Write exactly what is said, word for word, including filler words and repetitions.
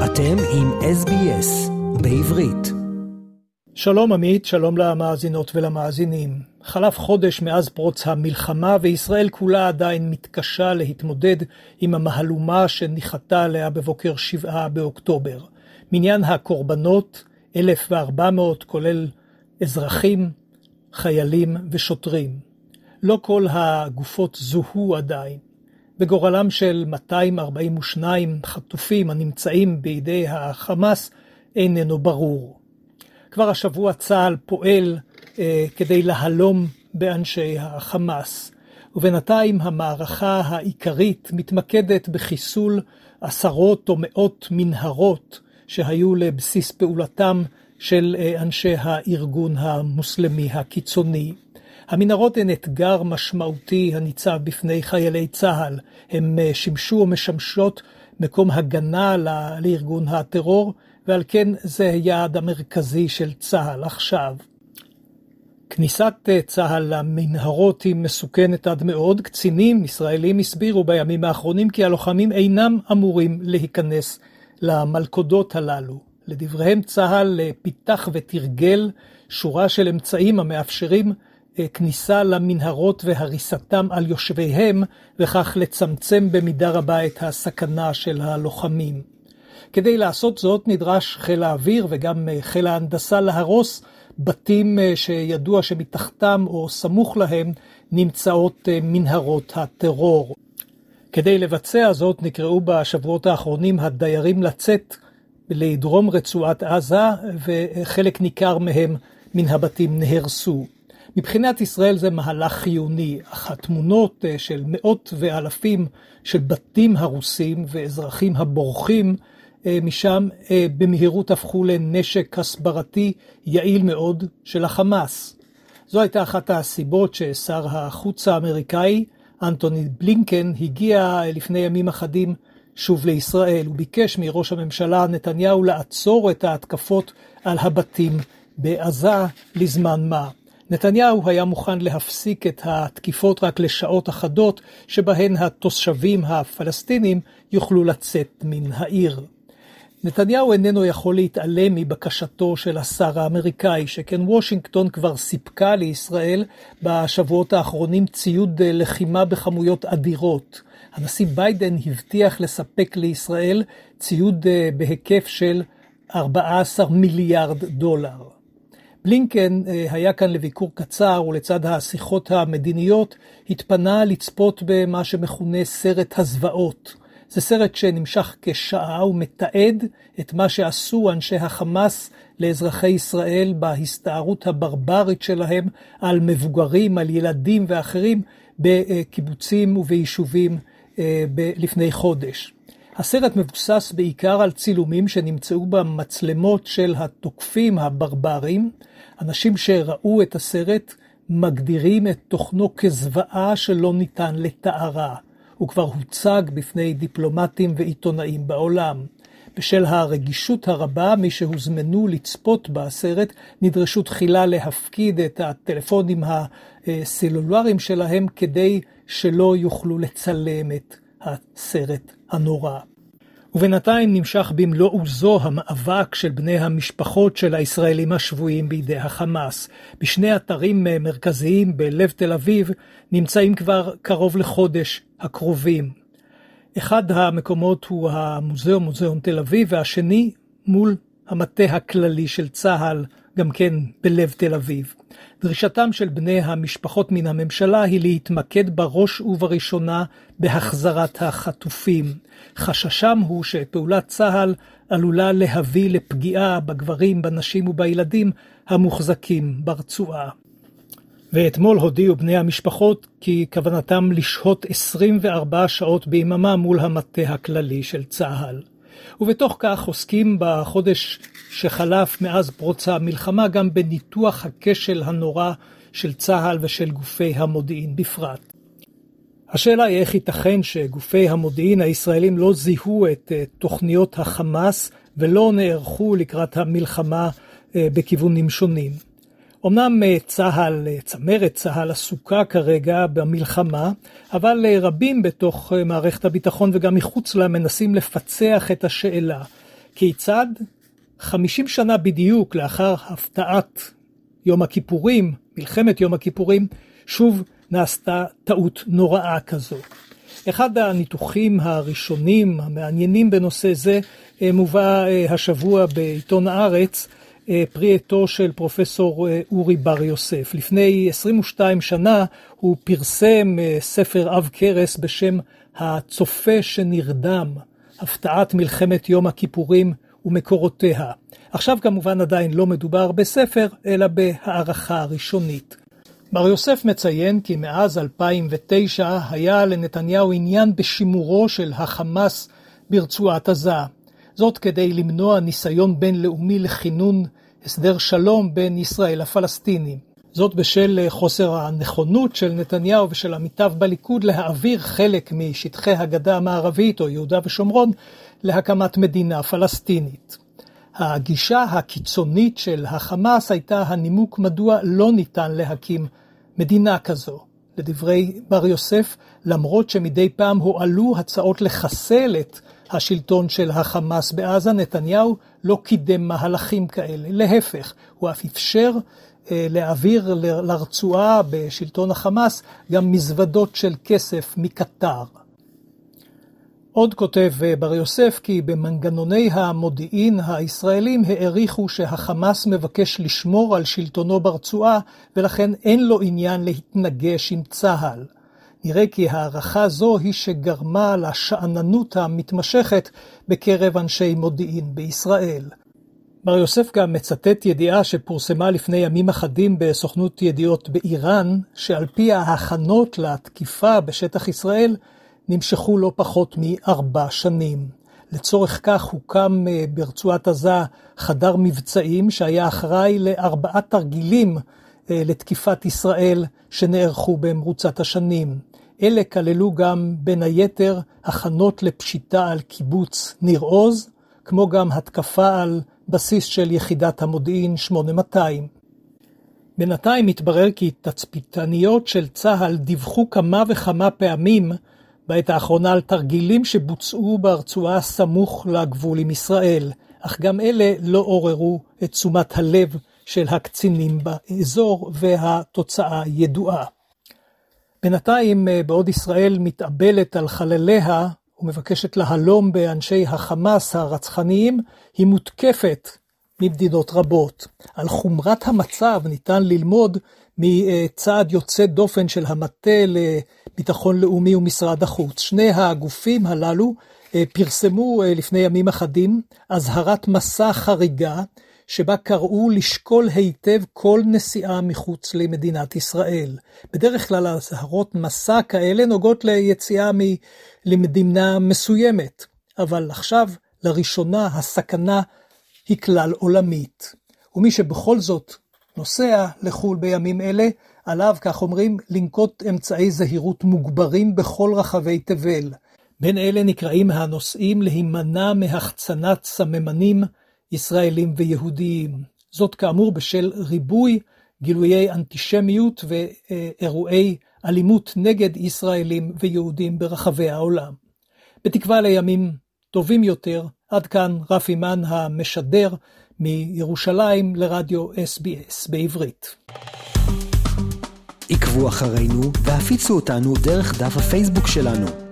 אתם עם אס בי אס בעברית. שלום עמית, שלום למאזינות ולמאזינים. חלף חודש מאז פרוץ המלחמה וישראל כולה עדיין מתקשה להתמודד עם המהלומה שניחתה עליה בבוקר שבעה באוקטובר. מניין הקורבנות, אלף וארבע מאות כולל אזרחים, חיילים ושוטרים. לא כל הגופות זוהו עדיין. בגורלם של מאתיים ארבעים ושניים חטופים הנמצאים בידי החמאס איננו ברור. כבר השבוע צה"ל פועל אה, כדי להלום באנשי החמאס, ובינתיים המערכה העיקרית מתמקדת בחיסול עשרות או מאות מנהרות שהיו לבסיס פעולתם של אה, אנשי הארגון המוסלמי הקיצוני. המנהרות הן אתגר משמעותי הניצב בפני חיילי צה"ל. הם שימשו ומשמשות מקום הגנה לארגון הטרור, ועל כן זה היעד המרכזי של צה"ל עכשיו. כניסת צה"ל למנהרות היא מסוכנת עד מאוד. קצינים ישראלים הסבירו בימים האחרונים כי הלוחמים אינם אמורים להיכנס למלכודות הללו. לדבריהם צה"ל פיתח ותרגל שורה של אמצעים המאפשרים כניסה למנהרות והריסתם על יושביהם, וכך לצמצם במידה רבה את הסכנה של הלוחמים. כדי לעשות זאת נדרש חיל האוויר וגם חיל ההנדסה להרוס בתים שידוע שמתחתם או סמוך להם נמצאות מנהרות הטרור. כדי לבצע זאת נקראו בשבועות האחרונים הדיירים לצאת לדרום רצועת עזה, וחלק ניכר מהם מן הבתים נהרסו. מבחינת ישראל זה מהלך חיוני, אך התמונות של מאות ואלפים של בתים הרוסים ואזרחים הבורחים משם במהירות הפכו לנשק הסברתי יעיל מאוד של החמאס. זו הייתה אחת הסיבות ששר החוץ האמריקאי אנטוני בלינקן הגיע לפני ימים אחדים שוב לישראל. הוא ביקש מראש הממשלה נתניהו לעצור את ההתקפות על הבתים בעזה לזמן מה. נתניהו היה מוכן להפסיק את התקיפות רק לשעות אחדות שבהן התושבים הפלסטינים יוכלו לצאת מן העיר. נתניהו איננו יכול להתעלם מבקשתו של השר האמריקאי, שכן וושינגטון כבר סיפקה לישראל בשבועות האחרונים ציוד לחימה בכמויות אדירות. הנשיא ביידן הבטיח לספק לישראל ציוד בהיקף של ארבעה עשר מיליארד דולר. בלינקן היה כאן לביקור קצר, ולצד השיחות המדיניות התפנה לצפות במה שמכונה סרט הזוועות. זה סרט שנמשך כשעה ומתעד את מה שעשו אנשי החמאס לאזרחי ישראל בהסתערות הברברית שלהם על מבוגרים, על ילדים ואחרים בקיבוצים וביישובים לפני חודש. הסרט מבוסס בעיקר על צילומים שנמצאו במצלמות של התוקפים הברברים. אנשים שראו את הסרט מגדירים את תוכנו כזוועה שלא ניתן לתארה. הוא כבר הוצג בפני דיפלומטים ועיתונאים בעולם. בשל הרגישות הרבה, מי שהוזמנו לצפות בסרט נדרשו תחילה להפקיד את הטלפונים הסלולריים שלהם כדי שלא יוכלו לצלם את הסרט הנורא. ובינתיים נמשך במלוא עוזו המאבק של בני המשפחות של הישראלים השבויים בידי החמאס. בשני אתרים מרכזיים בלב תל אביב נמצאים כבר קרוב לחודש הקרובים. אחד המקומות הוא המוזיאון, מוזיאון תל אביב, והשני מול המטה הכללי של צה"ל, גם כן בלב תל אביב. דרישתם של בני המשפחות מן הממשלה היא להתמקד בראש ובראשונה בהחזרת החטופים. חששם הוא שפעולת צה"ל עלולה להביא לפגיעה בגברים, בנשים ובילדים המוחזקים ברצועה. ואתמול הודיעו בני המשפחות כי כוונתם לשהות עשרים וארבע שעות ביממה מול המטה הכללי של צה"ל. ובתוך כך עוסקים בחודש שחלף מאז פרוץ המלחמה גם בניתוח הכשל הנורא של צה"ל ושל גופי המודיעין בפרט. השאלה היא איך ייתכן שגופי המודיעין הישראלים לא זיהו את תוכניות החמאס ולא נערכו לקראת המלחמה בכיוונים שונים. אמנם צה"ל, צמרת צה"ל עסוקה כרגע במלחמה, אבל רבים בתוך מערכת הביטחון וגם מחוץ לה מנסים לפצח את השאלה. כיצד חמישים שנה בדיוק לאחר הפתעת יום הכיפורים, מלחמת יום הכיפורים, שוב נעשתה טעות נוראה כזו. אחד הניתוחים הראשונים המעניינים בנושא זה מובא השבוע בעיתון הארץ, פרי עטו של פרופסור אורי בר יוסף. לפני עשרים ושתיים שנה הוא פרסם ספר עב כרס בשם הצופה שנרדם, הפתעת מלחמת יום הכיפורים ומקורותיה. עכשיו כמובן עדיין לא מדובר בספר, אלא בהערכה ראשונית. בר יוסף מציין כי מאז אלפיים ותשע היה לנתניהו עניין בשימורו של החמאס ברצועת עזה. זאת כדי למנוע ניסיון בינלאומי לכינון הסדר שלום בין ישראל לפלסטינים. זאת בשל חוסר הנכונות של נתניהו ושל עמיתיו בליכוד להעביר חלק משטחי הגדה המערבית או יהודה ושומרון להקמת מדינה פלסטינית. הגישה הקיצונית של החמאס הייתה הנימוק מדוע לא ניתן להקים מדינה כזו. לדברי בר יוסף, למרות שמדי פעם הועלו הצעות לחסל את השלטון של החמאס בעזה, נתניהו לא קידם מהלכים כאלה. להפך, הוא אף אפשר אה, להעביר ל- לרצועה בשלטון החמאס גם מזוודות של כסף מקטר. עוד כותב בר יוסף כי במנגנוני המודיעין הישראלים העריכו שהחמאס מבקש לשמור על שלטונו ברצועה, ולכן אין לו עניין להתנגש עם צה"ל. נראה כי הערכה זו היא שגרמה לשעננות המתמשכת בקרב אנשי מודיעין בישראל. בר יוסף גם מצטט ידיעה שפורסמה לפני ימים אחדים בסוכנות ידיעות באיראן, שעל פי ההכנות לתקיפה בשטח ישראל נמשכו לא פחות מארבע שנים. לצורך כך הוקם ברצועת עזה חדר מבצעים שהיה אחראי לארבעה תרגילים לתקיפת ישראל שנערכו במרוצת השנים. אלה כללו גם בין היתר הכנות לפשיטה על קיבוץ ניר עוז, כמו גם התקפה על בסיס של יחידת המודיעין שמונה מאתיים. בינתיים התברר כי תצפיתניות של צה"ל דיווחו כמה וכמה פעמים בעת האחרונה על תרגילים שבוצעו ברצועה סמוך לגבול עם ישראל, אך גם אלה לא עוררו את תשומת הלב של הקצינים באזור, והתוצאה ידועה. בינתיים בעוד ישראל מתאבלת על חלליה ומבקשת להלום באנשי החמאס הרצחניים, היא מותקפת ממדינות רבות. על חומרת המצב ניתן ללמוד מצעד יוצא דופן של המטה לביטחון לאומי ומשרד החוץ. שני הגופים הללו פרסמו לפני ימים אחדים אזהרת מסע חריגה, שבה קראו לשקול היטב כל נסיעה מחוץ למדינת ישראל. בדרך כלל אזהרות מסע כאלה נוגעות ליציאה למדינה מסוימת, אבל עכשיו לראשונה הסכנה היא כלל עולמית. ומי שבכל זאת נוסע לחול בימים אלה, עליו, כך אומרים, לנקוט אמצעי זהירות מוגברים בכל רחבי תבל. בין אלה נקראים הנוסעים להימנע מהחצנת סממנים ישראלים ויהודיים. זאת כאמור בשל ריבוי גילויי אנטישמיות ואירועי אלימות נגד ישראלים ויהודים ברחבי העולם. בתקווה לימים טובים יותר, עד כאן רפי מן המשדר מירושלים לרדיו אס בי אס בעברית. עקבו אחרינו והפיצו אותנו דרך דף הפייסבוק שלנו.